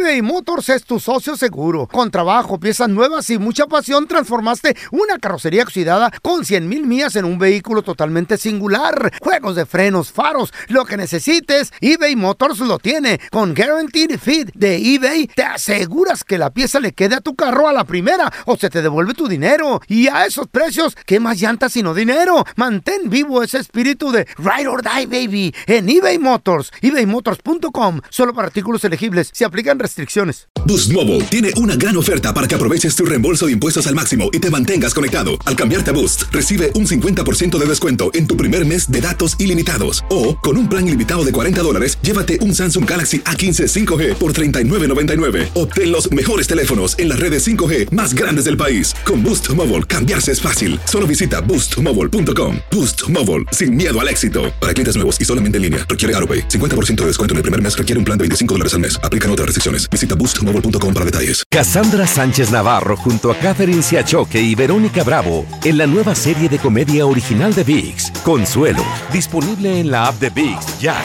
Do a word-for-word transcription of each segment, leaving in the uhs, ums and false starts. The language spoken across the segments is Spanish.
eBay Motors es tu socio seguro. Con trabajo, piezas nuevas y mucha pasión, transformaste una carrocería oxidada con cien mil millas en un vehículo totalmente singular. Juegos de frenos, faros, lo que necesites, eBay Motors lo tiene. Con Guaranteed Fit de eBay, te aseguras que la pieza le quede a tu carro a la primera o se te devuelve tu dinero. Y a esos precios, ¿qué más llantas sino dinero? Mantén vivo ese espíritu de Ride or Die, baby, en eBay Motors. ebay motors punto com. Solo para artículos elegibles. Se aplican restricciones. Boost Mobile tiene una gran oferta para que aproveches tu reembolso de impuestos al máximo y te mantengas conectado. Al cambiarte a Boost, recibe un cincuenta por ciento de descuento en tu primer mes de datos ilimitados. O, con un plan ilimitado de cuarenta dólares, llévate un Samsung Galaxy A quince cinco G por treinta y nueve noventa y nueve. Obtén los mejores teléfonos en las redes cinco G más grandes del país. Con Boost Mobile, cambiarse es fácil. Solo visita boost mobile punto com. Boost Mobile, sin miedo al éxito. Para clientes nuevos y solamente en línea, requiere AutoPay. cincuenta por ciento de descuento en el primer mes requiere un plan de veinticinco dólares al mes. Aplican otras restricciones. Visita boost mobile punto com para detalles. Cassandra Sánchez Navarro junto a Catherine Siachoque y Verónica Bravo en la nueva serie de comedia original de ViX, Consuelo, disponible en la app de ViX ya.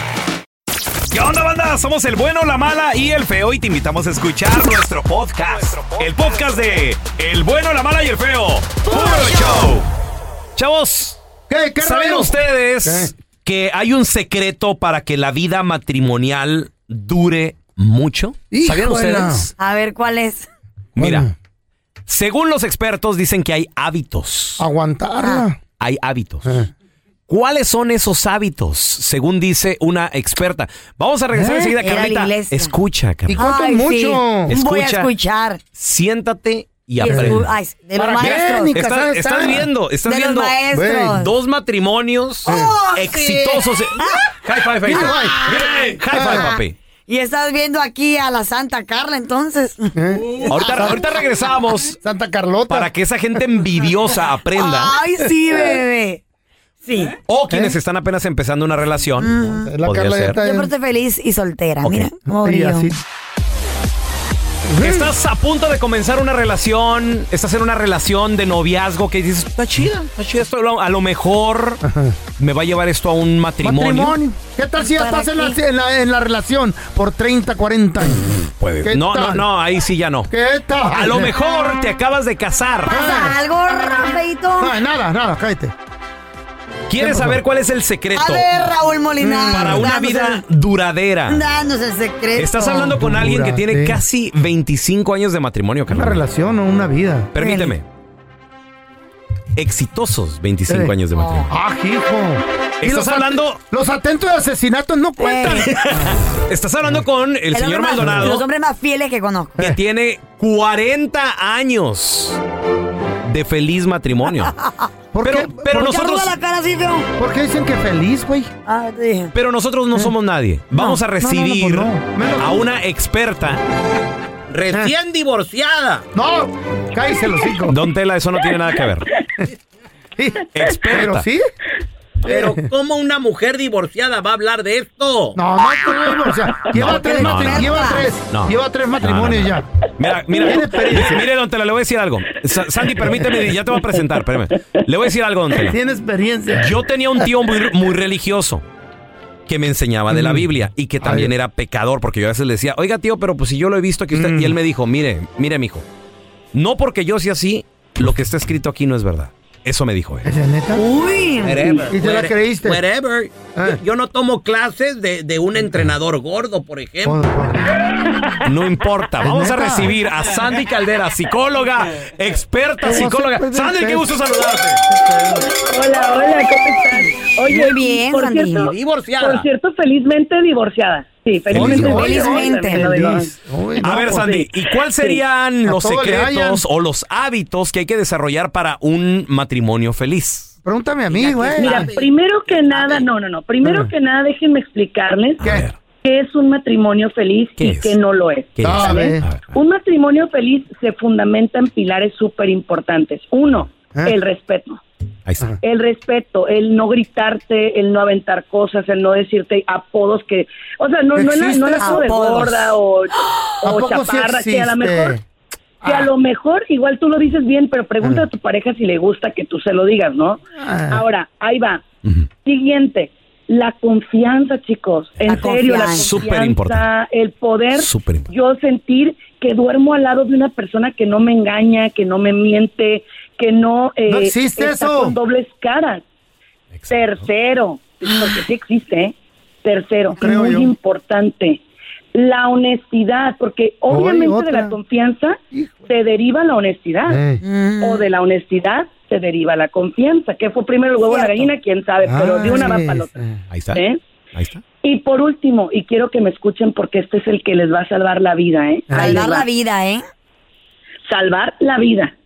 ¿Qué onda, banda? Somos el bueno, la mala y el feo y te invitamos a escuchar nuestro podcast. El podcast de El bueno, la mala y el feo. ¡Puro show! Chavos, ¿Qué, qué ¿saben rollo? ustedes ¿Qué? que hay un secreto para que la vida matrimonial dure mucho? ¿Sabían Híjola. ustedes? A ver, ¿cuál es? Mira, Bueno. según los expertos dicen que hay hábitos. Aguantarla. Hay hábitos. Eh. ¿Cuáles son esos hábitos? Según dice una experta. Vamos a regresar ¿Eh? enseguida, Ir a la Carlita. iglesia. Escucha, Y Carlita. cuentan Ay, mucho. sí. Voy a Escucha. escuchar. Siéntate y Y aprende. escu- ay, de los ¿Para qué, maestros. ni Estás, casada estás está? viendo, estás De los viendo maestros. dos matrimonios Oh, exitosos. sí. High five, high five. High five, papi. Y estás viendo aquí a la Santa Carla, entonces. ¿Eh? Ahorita, ahorita regresamos Santa Carlota. para que esa gente envidiosa aprenda. Ay, sí, bebé. Sí. O quienes están apenas empezando una relación. La Podría Carla ya ser. está Yo en- pero estoy feliz y soltera. Ok. Mira, cómo y brillo. así. Estás a punto de comenzar una relación, estás en una relación de noviazgo que dices, está chida, está chida esto, a lo mejor me va a llevar esto a un matrimonio. Matrimonio. ¿Qué tal si ya ¿Para estás en la, qué? en, la, en la relación por treinta, cuarenta años? Puede. ¿Qué No, no, tal? no, ahí sí ya no. ¿Qué tal? A lo mejor te acabas de casar. ¿Pasa algo, Rafaelito? Ay, nada, nada, cállate. ¿Quieres saber cuál es el secreto A ver, Raúl Molinar. para una danos vida el- duradera? Danos el secreto. Estás hablando con alguien que tiene Duradera. casi veinticinco años de matrimonio, Una Carla. relación o una vida. Permíteme. Exitosos veinticinco Eh. años de matrimonio. Ah, hijo. Y Estás at- hablando- Los atentos de asesinatos no cuentan. Eh, Estás hablando con el, el señor hombre más- Maldonado, Los hombres más fieles que conozco. que tiene cuarenta años de feliz matrimonio. ¿Por Pero, qué? pero ¿Por, ¿Qué nosotros, arruga la cara así, feo? ¿Por qué dicen que feliz, güey? Ah, te dije. pero nosotros no somos nadie. Vamos a no, no, no, recibir pues no. Menos a tú. una experta recién divorciada. No, cállese los hijos. Don Tela, eso no tiene nada que ver. Experta. Pero sí. Pero ¿cómo una mujer divorciada va a hablar de esto? No, no, no, o sea, lleva No, tres, no, matri- no. lleva tres, No. lleva tres No, matrimonios no, no. ya. Mira, mira, Tiene experiencia. mire, don Tela, le voy a decir algo. Sa- Sandy, permíteme, ya te voy a presentar, espérame. Le voy a decir algo, don Tela. Tiene experiencia. Yo tenía un tío muy, muy religioso que me enseñaba de la Mm. Biblia y que también Ay. era pecador, porque yo a veces le decía, oiga, tío, pero pues si yo lo he visto aquí usted... Mm. Y él me dijo, mire, mire, mijo, no porque yo sea así, lo que está escrito aquí no es verdad. Eso me dijo él. ¿Es de neta? Uy. ¿Y te la creíste? Whatever. Ah. Yo, yo no tomo clases de, de un entrenador gordo, por ejemplo. Joder, No importa. Vamos a neta? recibir a Sandy Caldera, psicóloga, experta psicóloga. Pues, Sandy, qué gusto saludarte. Hola, hola, ¿cómo están? Oye, Muy bien, por Sandy. cierto, Divorciada. por cierto, felizmente divorciada. Sí, felizmente Oye, divorciada. felizmente. También lo digo. feliz. Uy, no, A ver, pues, Sandy, ¿y cuáles serían A los todo le hallan. secretos o los hábitos que hay que desarrollar para un matrimonio feliz? Pregúntame a mí, güey. Mira, primero que nada, no, no, no. Primero Ah. que nada, déjenme explicarles A ver, qué es un matrimonio feliz ¿Qué y es? qué no lo es. ¿qué es? A ver. A ver. Un matrimonio feliz se fundamenta en pilares súper importantes. Uno, Ah. el respeto. Ahí está. El respeto, el no gritarte, el no aventar cosas, el no decirte apodos que... O sea, no, no, es la- no es apodo de Apodos. gorda o, ¿A o poco sí chaparra, que a lo existe? mejor... Que a lo mejor, igual tú lo dices bien, pero pregunta a tu pareja si le gusta que tú se lo digas, ¿no? Ah. Ahora, ahí va. Ujú. Siguiente, La confianza, chicos, en La serio, la confianza. Súper confianza, importante. el poder, Súper importante. yo sentir que duermo al lado de una persona que no me engaña, que no me miente, que no, eh, No existe está eso. con dobles caras. Tercero, porque sí existe, ¿eh? Tercero, No creo muy yo. importante, la honestidad, porque obviamente de otra. la confianza se deriva la honestidad, Ey. o de la honestidad se deriva la confianza. ¿Qué fue primero, el huevo o la Cierto. gallina? ¿Quién sabe? Pero de una va Ay, para la otra. sí. Ahí está. ¿Eh? Ahí está. Y por último, y quiero que me escuchen porque este es el que les va a salvar la vida, ¿eh? Ahí les Salvar va. la vida, ¿eh? Salvar la vida.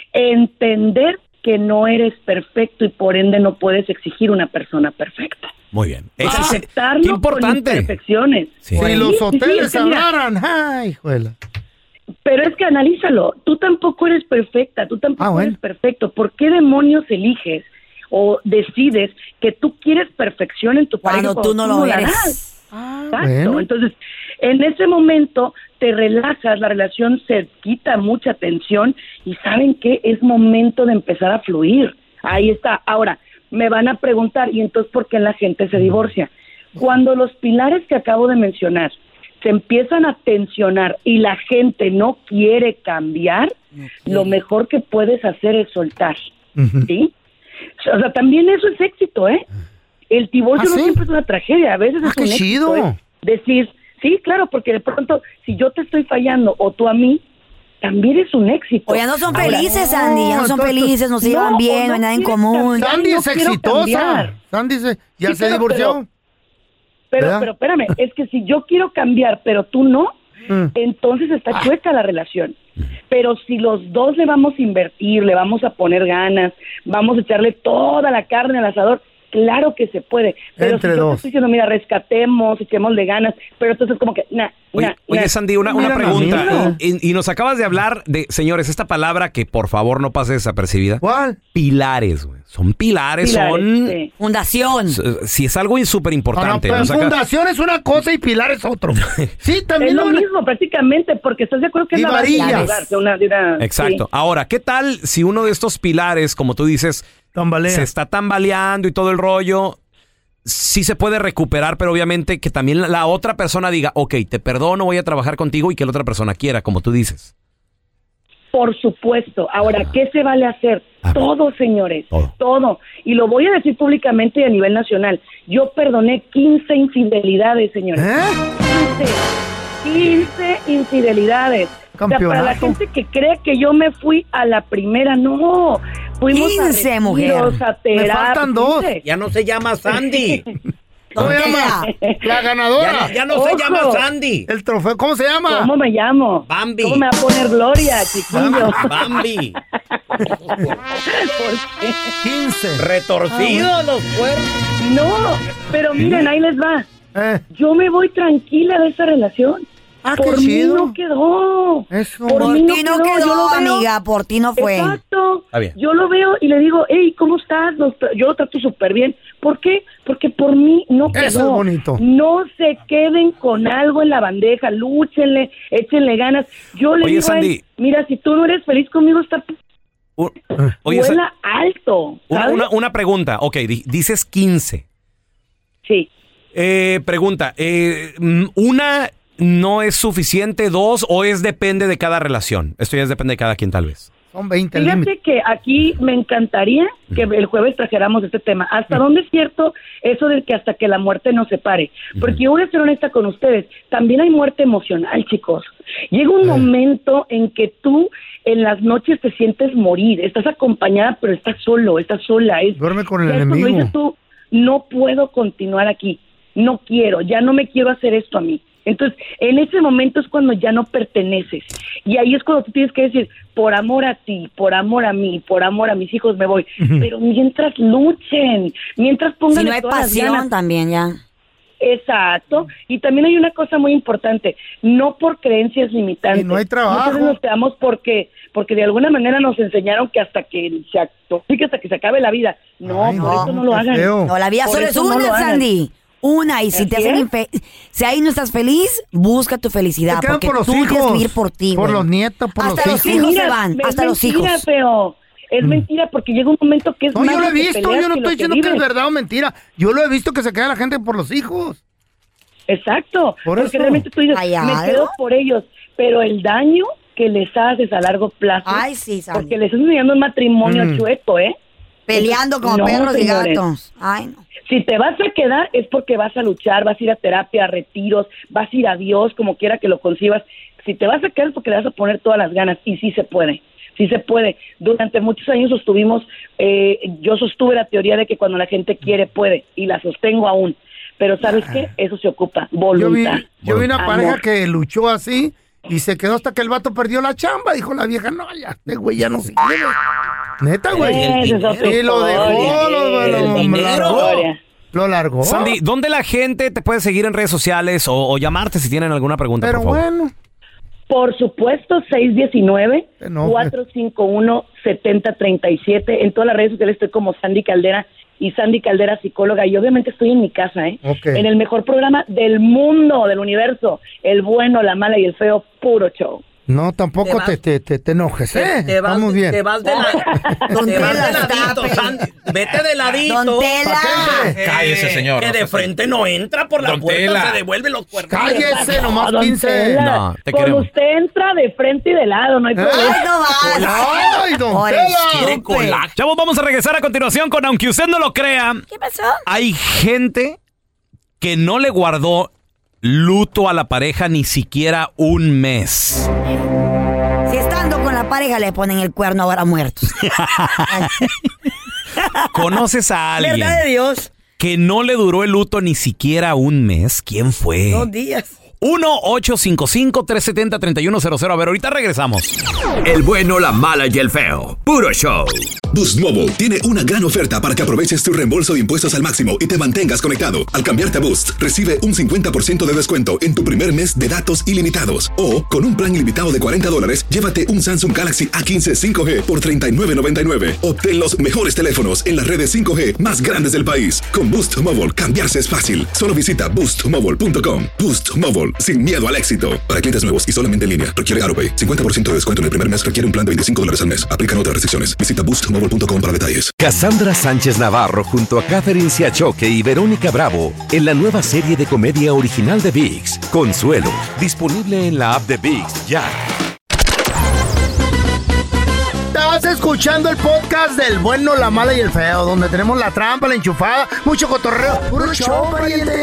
Entender que no eres perfecto y por ende no puedes exigir una persona perfecta. Muy bien. Ese es- Aceptarlo qué con importante. imperfecciones. Sí. Si Sí, los sí, sí, hoteles es que mira, hablaran, ay, hijuela. pero es que analízalo, tú tampoco eres perfecta, tú tampoco Ah, bueno. eres perfecto. ¿Por qué demonios eliges o decides que tú quieres perfección en tu pareja Cuando tú no lo la eres. das? Ah, Exacto. bueno. Entonces, en ese momento te relajas, la relación se quita mucha tensión y ¿saben qué? Es momento de empezar a fluir. Ahí está. Ahora, me van a preguntar, ¿y entonces por qué la gente se divorcia? Cuando los pilares que acabo de mencionar se empiezan a tensionar y la gente no quiere cambiar, lo mejor que puedes hacer es soltar. Ujú. ¿Sí? O sea, también eso es éxito, ¿eh? El divorcio ¿Ah, no sí? siempre es una tragedia, a veces Ah, es qué un éxito, chido. ¿eh? Decir, sí, claro, porque de pronto, si yo te estoy fallando o tú a mí, también es un éxito. O ya no son Ahora, felices, Sandy. Ya no son entonces- felices, no se No, llevan o bien, no hay no nada en quieren común. cambiar. Sandy no es quiero exitosa. cambiar. Sandy se- ya Sí, se pero- divorció. Pero, ¿verdad? pero espérame, es que si yo quiero cambiar, pero tú no, Mm. entonces está Ah. chueca la relación. Pero si los dos le vamos a invertir, le vamos a poner ganas, vamos a echarle toda la carne al asador, claro que se puede. Pero Entre si yo dos. te estoy diciendo, mira, rescatemos, echémosle ganas, pero entonces como que, nah, Oye, nah, oye, nah. Sandy, una, una Mira, pregunta. amigo. Y, y nos acabas de hablar de, señores, esta palabra que por favor no pase desapercibida. ¿Cuál? Pilares, güey. Son pilares, Pilares, son... sí. Fundación. s- Si es algo súper Ah, no, importante. pero fundación es una cosa y pilar es otro. Sí, Es también lo lo mismo prácticamente, porque estás de acuerdo que es Y la base de varillas. ayudar, de una- de una- Exacto. sí. Ahora, ¿qué tal si uno de estos pilares, como tú dices, tambalea. se está tambaleando y todo el rollo? Sí se puede recuperar, pero obviamente que también la- la otra persona diga, ok, te perdono, voy a trabajar contigo y que la otra persona quiera, como tú dices. Por supuesto. Ahora, ¿qué se vale hacer? A ver. Todo, señores. Todo. Todo. Y lo voy a decir públicamente y a nivel nacional. Yo perdoné quince infidelidades, señores. ¿Eh? quince. quince infidelidades. O sea, para la Campeonato. gente que cree que yo me fui a la primera, no. Fuimos quince, a mujer. retiros, a Me terapia, faltan dos. quince. Ya no se llama Sandy. ¿Cómo se ¿Dónde llama? era? La Ya ganadora. no, ya no se Ojo. llama Sandy. El trofeo, ¿cómo se llama? ¿Cómo me llamo? Bambi. ¿Cómo me va a poner Gloria, chiquillo? Bambi. ¿Por qué? quince. Retorcidos los cuernos. No, pero miren, ahí les va. Eh, Yo me voy tranquila de esa relación. Ah, qué por mí chido. no quedó. Eso. Por Por mí ti no yo quedó, lo veo. amiga, por ti no fue. Exacto. Está bien. Yo lo veo y le digo, hey, ¿cómo estás? Nos tra- Yo lo trato súper bien. ¿Por qué? Porque por mí no quedó. Eso es bonito. No se queden con algo en la bandeja, lúchenle, échenle ganas. Yo le Oye, digo a él, Sandy. mira, si tú no eres feliz conmigo, está U- Oye, Sa- vuela alto. una, ¿sabes? una, una pregunta. Ok, di- dices quince. Sí. Eh, pregunta, eh, mm, ¿una no es suficiente, dos, o es depende de cada relación? Esto ya es depende de cada quien, tal vez. Son veinte el límite. Fíjate que aquí me encantaría que el jueves trajéramos este tema. ¿Hasta dónde es cierto eso de que hasta que la muerte nos separe? Porque yo voy a ser honesta con ustedes. También hay muerte emocional, chicos. Llega un momento en que tú en las noches te sientes morir. Estás acompañada, pero estás solo, estás sola. Es, Duerme con el ya es cuando enemigo. dices tú, no puedo continuar aquí. No quiero, ya no me quiero hacer esto a mí. Entonces, en ese momento es cuando ya no perteneces. Y ahí es cuando tú tienes que decir, por amor a ti, por amor a mí, por amor a mis hijos me voy. Pero mientras luchen, mientras pongan Si no hay pasión también, ya. Exacto. Y también hay una cosa muy importante, no por creencias limitantes. Y no hay trabajo. Muchas veces nos quedamos porque, porque de alguna manera nos enseñaron que hasta que se acto, que hasta que se acabe la vida. No, Ay, por no, eso no lo qué hagan. feo. No, la vida Por solo es eso no una, lo hagan. Sandy. Una, y si te Así hacen es. infe- si ahí no estás feliz, busca tu felicidad. Te quedan Porque por los tú hijos, tienes que vivir por ti, por güey. los nietos, por hasta los los hijos. hijos Mira, se van, es hasta los mentira, hijos. feo. Es Mm. mentira porque llega un momento que es No, más yo lo he lo que visto, peleas yo no que lo estoy diciendo que es vives. verdad o mentira. Yo lo he visto que se queda la gente por los hijos. Exacto, Por porque eso. realmente tú dices, ¿Hay me algo? quedo por ellos, pero el daño que les haces a largo plazo, Ay, sí, Sandy. porque les estás enseñando un matrimonio Mm. chueco, ¿eh? Peleando como No, perros y señores. gatos. Ay, no. Si te vas a quedar es porque vas a luchar, vas a ir a terapia, a retiros, vas a ir a Dios, como quiera que lo concibas. Si te vas a quedar es porque le vas a poner todas las ganas y sí se puede, sí se puede. Durante muchos años sostuvimos, eh, yo sostuve la teoría de que cuando la gente quiere puede y la sostengo aún. Pero ¿sabes qué? Eso se ocupa, Yo vi, voluntad. yo vi una Amor. pareja que luchó así y se quedó hasta que el vato perdió la chamba. Dijo la vieja, no, ya, este güey ya no sirve. Neta, güey. Esa es otra Y lo dejó, historia. lo, lo, El lo dinero. largó. Lo largó. Sandy, ¿dónde la gente te puede seguir en redes sociales o, o llamarte si tienen alguna pregunta, Pero por favor? bueno. Por supuesto, seis uno nueve, No, cuatro cinco uno, siete cero tres siete. En todas las redes sociales estoy como Sandy Caldera y Sandy Caldera psicóloga. Y obviamente estoy en mi casa, ¿eh? Ok. En el mejor programa del mundo, del universo. El bueno, la mala y el feo, puro show. No, tampoco Te vas- te, te, te, te enojes, ¿eh? Te vas, Estamos bien. te vas de, la, Don te vas Tela, de ladito, está Sandy. Vete de ladito. Don Tela. Eh, Cállese, señor. Que No de se- frente no entra por la Don puerta, Tela. se devuelve los cuernos. Cállese, nomás Don quince. Tela, No, te con queremos. usted entra de frente y de lado, no hay problema. Ay, no vas. ¡Ay, don Por Tela! estúpido. Quiere colar. Chavos, vamos a regresar a continuación con Aunque Usted No Lo Crea. ¿Qué pasó? Hay gente que no le guardó luto a la pareja ni siquiera un mes. Si estando con la pareja le ponen el cuerno ahora muertos. ¿Conoces a alguien ¿Verdad de Dios? que no le duró el luto ni siquiera un mes? ¿Quién fue? Dos días. uno ocho cinco cinco, tres siete cero, tres uno cero cero. A ver, ahorita regresamos. El bueno, la mala y el feo. Puro show. Boost Mobile tiene una gran oferta para que aproveches tu reembolso de impuestos al máximo y te mantengas conectado. Al cambiarte a Boost, recibe un cincuenta por ciento de descuento en tu primer mes de datos ilimitados. O, con un plan ilimitado de cuarenta dólares, llévate un Samsung Galaxy A quince cinco G por treinta y nueve noventa y nueve. Obtén los mejores teléfonos en las redes cinco G más grandes del país. Con Boost Mobile, cambiarse es fácil. Solo visita boost mobile punto com. Boost Mobile, sin miedo al éxito. Para clientes nuevos y solamente en línea, requiere AutoPay. cincuenta por ciento de descuento en el primer mes requiere un plan de veinticinco dólares al mes. Aplican otras restricciones. Visita boost mobile punto com para detalles. Cassandra Sánchez Navarro junto a Catherine Siachoque y Verónica Bravo en la nueva serie de comedia original de ViX, Consuelo, disponible en la app de ViX ya. Estás escuchando el podcast del bueno, la mala y el feo, donde tenemos la trampa, la enchufada, mucho cotorreo. ¡Puro show, pariente!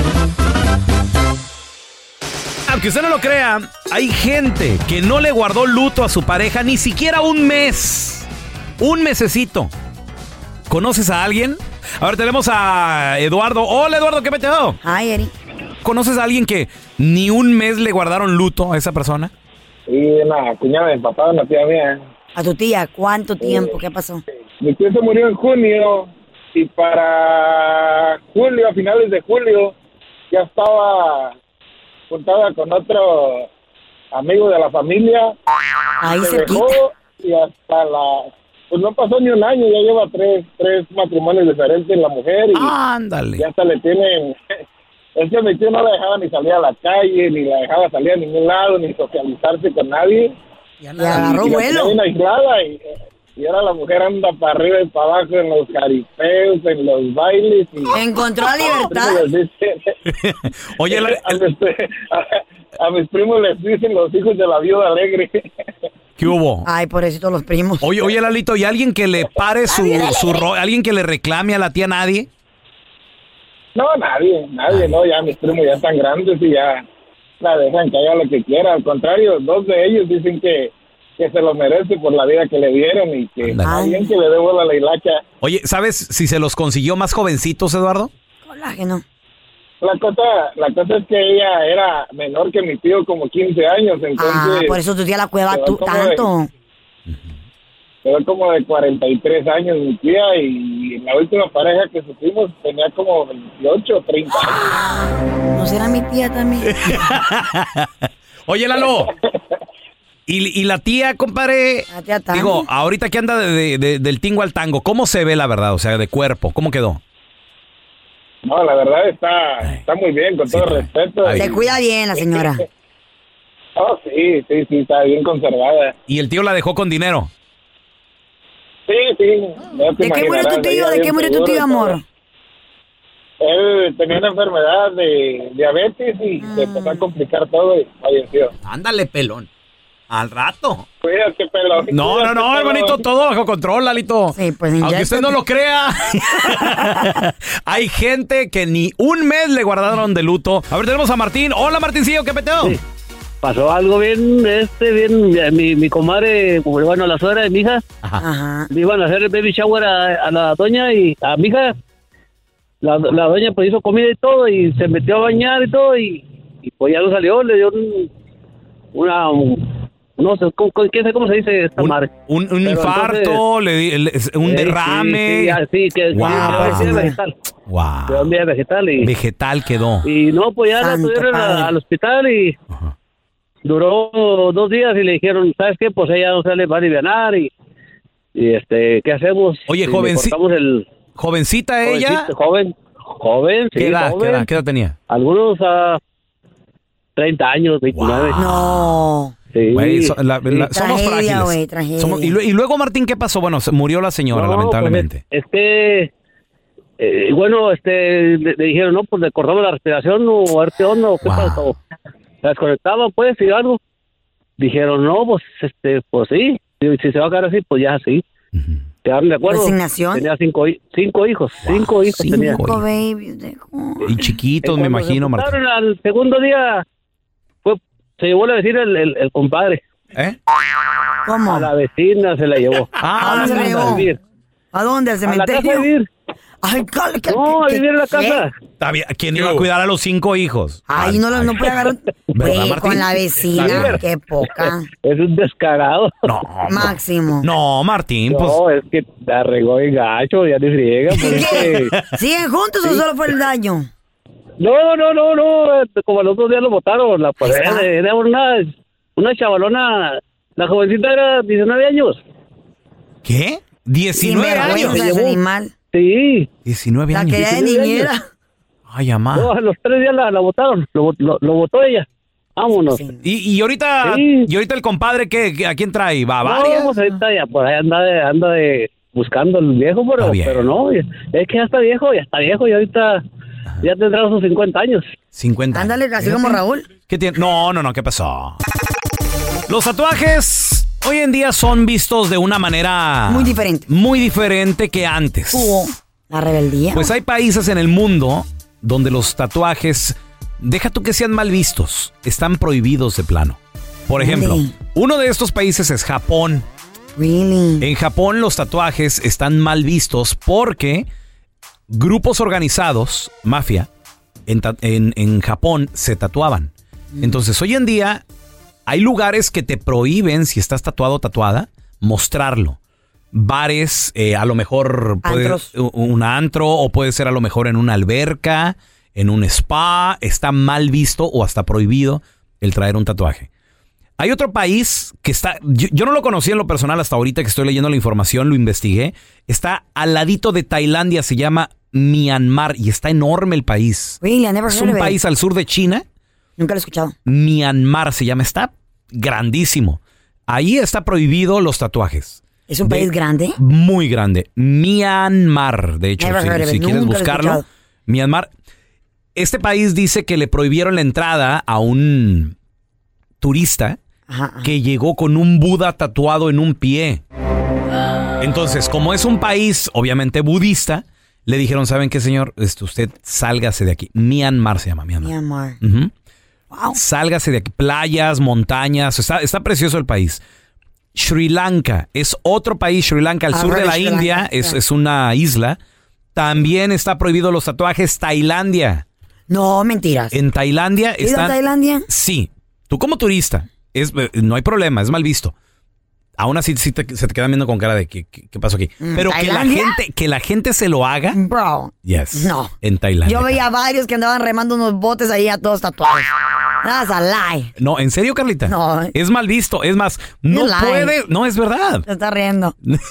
Aunque usted no lo crea, hay gente que no le guardó luto a su pareja ni siquiera un mes. Un mesecito. ¿Conoces a alguien? A ver, tenemos a Eduardo. Hola, Eduardo, ¿qué peteo? Ay, Eri. ¿Conoces a alguien que ni un mes le guardaron luto a esa persona? Y una cuñada de mi papá, una tía mía. A tu tía, ¿cuánto tiempo? ¿Qué pasó? Mi tía se murió en junio y para julio, a finales de julio, ya estaba juntada con otro amigo de la familia. Ahí se se dejó quita. y hasta la... Pues no pasó ni un año, ya lleva tres, tres matrimonios diferentes en la mujer y Ándale. ya hasta le tienen... Es que mi tío no la dejaba ni salir a la calle, ni la dejaba salir a ningún lado, ni socializarse con nadie. Y agarró y la vuelo. tenía bien aislada y, y ahora la mujer anda para arriba y para abajo en los caripeos, en los bailes. Y Encontró la libertad. a mis primos les dicen- Oye, la- a, mis, a- a mis primos les dicen los hijos de la viuda alegre. ¿qué hubo? Ay, pobrecito los primos. Oye, oye, Lalito, ¿y alguien que le pare su, su ro- alguien que le reclame a la tía nadie? No, nadie, nadie, no, ya mis primos ya están grandes y ya la dejan que haga lo que quiera. Al contrario, dos de ellos dicen que, que se lo merece por la vida que le dieron y que Ándale. está bien que le devuelva la hilacha. Oye, ¿sabes si se los consiguió más jovencitos, Eduardo? Colágeno. La cosa, la cosa es que ella era menor que mi tío, como quince años, Ah, entonces por eso tu tía la cueva quedó tú como de- tanto. quedó como de cuarenta y tres años mi tía y en la última pareja que supimos tenía como veintiocho, treinta años. ¿No será mi tía también? Oye, Lalo. Y, y la tía, compadre, La tía Tania. digo, ahorita que anda de- de- de- del tingo al tango, ¿cómo se ve la verdad? O sea, de cuerpo, ¿cómo quedó? No, la verdad está, está muy bien, con Sí, todo trae. respeto. Ay. Se cuida bien la señora. Oh, sí, sí, sí, está bien conservada. Y el tío la dejó con dinero. Sí, sí. Ya te ¿De qué murió tu imaginarás, tío? ya ¿De qué bien murió tu seguro tío, y todo. amor? Él tenía una enfermedad de diabetes y se empezó a complicar todo y falleció. Ándale, pelón. Al rato. Cuídate, pelón. No, no, Cuídate, no, pelón. hermanito, todo bajo control, Lalito. Sí, pues Aunque usted no lo crea, hay gente que ni un mes le guardaron de luto. A ver, tenemos a Martín. Hola, Martincillo, ¿qué peteo? Sí. Pasó algo bien, este, bien, mi, mi comadre, bueno, la suegra de mi hija, Ajá. le iban a hacer el baby shower a, a la doña y a mi hija, la, la doña pues hizo comida y todo y se metió a bañar y todo y, y pues ya no salió, le dio un, una, un, no sé, ¿cómo, qué sé cómo se dice esta Un, madre? un, un Pero infarto, le di- le- un Sí, derrame. Sí, sí, sí, que, Wow. que, que, que vegetal, Wow. de un día vegetal y, Vegetal quedó. y no, pues ya la Santo tuvieron a- padre. al hospital y Ajá. duró dos días y le dijeron, ¿sabes qué? Pues ella no se le va a alivianar y, y este, ¿qué hacemos? Oye, Y le jovenci- cortamos el Jovencita ella. jovencito, joven, joven, sí, ¿Qué edad, joven. qué edad, qué edad tenía? Algunos a treinta años, veintinueve. Wow. No. Sí. Güey, so- la- sí. la- somos Tragedia, frágiles. güey, tragedia. Somos- y, lue- y luego, Martín, ¿qué pasó? Bueno, se murió la señora, No, lamentablemente. pues, es, es que, eh, bueno, este, le, le dijeron, no, pues le cortamos la respiración o a ver qué onda o qué Wow. pasó. La desconectaba, pues, y algo. Dijeron, no, pues, este, pues sí, si, si se va a quedar así, pues ya sí. Ujú. ¿Quedaron de acuerdo? ¿Resignación? Tenía cinco, hi- cinco hijos, cinco hijos cinco tenía. hijos. Cinco babies de... Y chiquitos, me Cuando se imagino, Martín. juntaron al segundo día, fue, se llevó a decir el, el, el compadre. ¿Eh? ¿Cómo? A la vecina se la llevó. ¿A dónde se la a llevó? vivir. ¿A dónde? ¿Al A la casa a cementerio? vivir. Ay, cal- que- No, a que- vivir en la ¿qué? casa. Está bien. ¿Quién iba a cuidar a los cinco hijos? Ay, no, lo- no puede agarrar... ¿Verdad, Güey, Martín? con la vecina, qué poca. Es un descarado. No, Máximo. no, Martín, pues. No, es que te arregó el gacho, ya ni friega. Pues es que... ¿Siguen juntos o solo fue el daño? No, no, no, no. Como los otros días lo votaron. La, pues, Ahí está. era, era una, una chavalona. La jovencita era diecinueve años. ¿Qué? diecinueve Sin años. vergüenza, ese animal. Sí. diecinueve La años. quería de diecinueve niñera. Ay, amá. No, a los tres días la, la votaron. Lo, lo, lo votó ella. Vámonos. Sí. Y, y ahorita, Sí. y ahorita el compadre, ¿qué, qué- ¿a quién trae? ¿Va a No, varias? pues ahorita ya por ahí anda de, anda de buscando el viejo, Está pero, bien. pero no, es que ya está viejo, ya está viejo y ahorita ya tendrá sus cincuenta años. cincuenta. Ándale, así como Raúl. ¿Qué tiene? No, no, no, ¿qué pasó? Los tatuajes hoy en día son vistos de una manera... Muy diferente. Muy diferente que antes. Hubo la rebeldía. Pues hay países en el mundo donde los tatuajes, deja tú que sean mal vistos, están prohibidos de plano. Por ejemplo, ¿Dónde? uno de estos países es Japón. Really? En Japón los tatuajes están mal vistos porque grupos organizados, mafia, en, ta- en- en Japón se tatuaban. Entonces hoy en día hay lugares que te prohíben, si estás tatuado o tatuada, mostrarlo. Bares, eh, a lo mejor puede, Antros. u- un antro o puede ser a lo mejor en una alberca, en un spa. Está mal visto o hasta prohibido el traer un tatuaje. Hay otro país que está, yo, yo no lo conocí en lo personal hasta ahorita que estoy leyendo la información, lo investigué. Está al ladito de Tailandia, se llama Myanmar y está enorme el país. Really, I never Es heard un of it. país al sur de China. Nunca lo he escuchado. Myanmar se llama, está grandísimo. Ahí está prohibido los tatuajes. ¿Es un De- país grande? Muy grande. Myanmar, de hecho, Never si, heard of it. si quieres Nunca lo he buscarlo. escuchado. Myanmar. Este país dice que le prohibieron la entrada a un turista Ajá, ajá. que llegó con un Buda tatuado en un pie. Entonces, como es un país obviamente budista, le dijeron, ¿saben qué, señor? Este, usted sálgase de aquí. Myanmar se llama, Myanmar. Myanmar. Ujú. Wow. Sálgase de aquí. Playas, montañas, está, está precioso el país. Sri Lanka es otro país, Sri Lanka, al Ah, sur de right, la Sri India, Lanka, es, yeah. es una isla. También está prohibido los tatuajes. Tailandia. No, mentiras. En Tailandia ¿Has ido a están... Tailandia? Sí. Tú como turista, es, eh, no hay problema, es mal visto. Aún así sí te- se te quedan viendo con cara de ¿qué, qué, qué pasó aquí? Mm, Pero que la, ¿Tailandia? gente, que la gente se lo haga, Bro. yes. No. En Tailandia. Yo veía varios que andaban remando unos botes ahí a todos tatuados. That's a lie. No, ¿en serio, Carlita? No. Es mal visto. Es más, no You're lying. puede... No, es verdad. Se está riendo.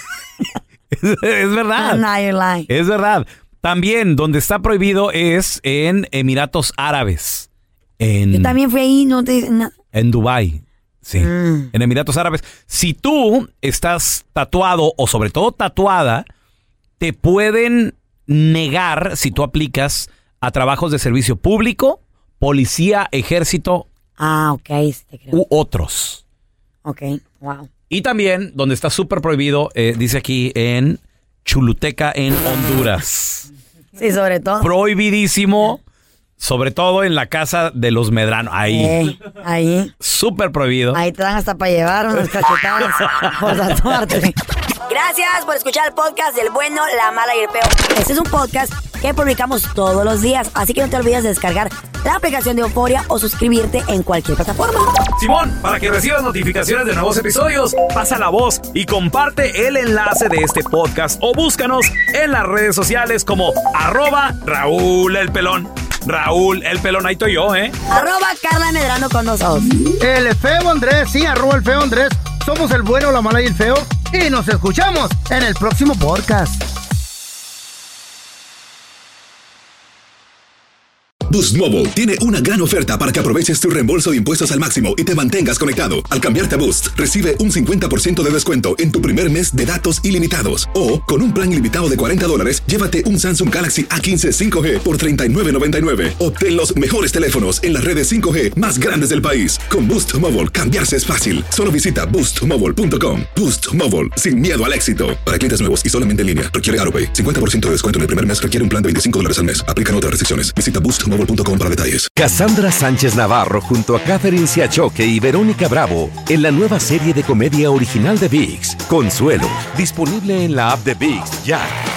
Es, es verdad. No, you're lying. Es verdad. También donde está prohibido es en Emiratos Árabes. En, Yo también fui ahí, no te dicen nada. en Dubái. Sí, mm. en Emiratos Árabes. Si tú estás tatuado o sobre todo tatuada, te pueden negar si tú aplicas a trabajos de servicio público, policía, ejército ah, okay, sí te creo. u otros. Ok, wow. Y también, donde está súper prohibido, eh, dice aquí en Choluteca, en Honduras. Sí, sobre todo. Prohibidísimo, sobre todo en la casa de los Medrano. Ahí. Eh, ahí. Súper prohibido. Ahí te dan hasta para llevar unas cachetadas por tatuarte. Gracias por escuchar el podcast del bueno, la mala y el peor. Este es un podcast que publicamos todos los días, así que no te olvides de descargar la aplicación de Euforia o suscribirte en cualquier plataforma. Simón, para que recibas notificaciones de nuevos episodios, pasa la voz y comparte el enlace de este podcast o búscanos en las redes sociales como arroba Raúl el Pelón. Raúl el Pelón, ahí estoy yo, ¿eh? Arroba Carla Medrano con nosotros. El feo Andrés, sí, arroba el feo Andrés. Somos el bueno, la mala y el feo. Y nos escuchamos en el próximo podcast. Boost Mobile tiene una gran oferta para que aproveches tu reembolso de impuestos al máximo y te mantengas conectado. Al cambiarte a Boost, recibe un cincuenta por ciento de descuento en tu primer mes de datos ilimitados. O, con un plan ilimitado de cuarenta dólares, llévate un Samsung Galaxy A quince cinco G por treinta y nueve noventa y nueve. Obtén los mejores teléfonos en las redes cinco G más grandes del país. Con Boost Mobile, cambiarse es fácil. Solo visita boost mobile punto com. Boost Mobile, sin miedo al éxito. Para clientes nuevos y solamente en línea, requiere AutoPay. cincuenta por ciento de descuento en el primer mes requiere un plan de veinticinco dólares al mes. Aplican otras restricciones. Visita boost mobile punto com para detalles. Cassandra Sánchez Navarro junto a Catherine Siachoque y Verónica Bravo en la nueva serie de comedia original de ViX, Consuelo, disponible en la app de ViX ya.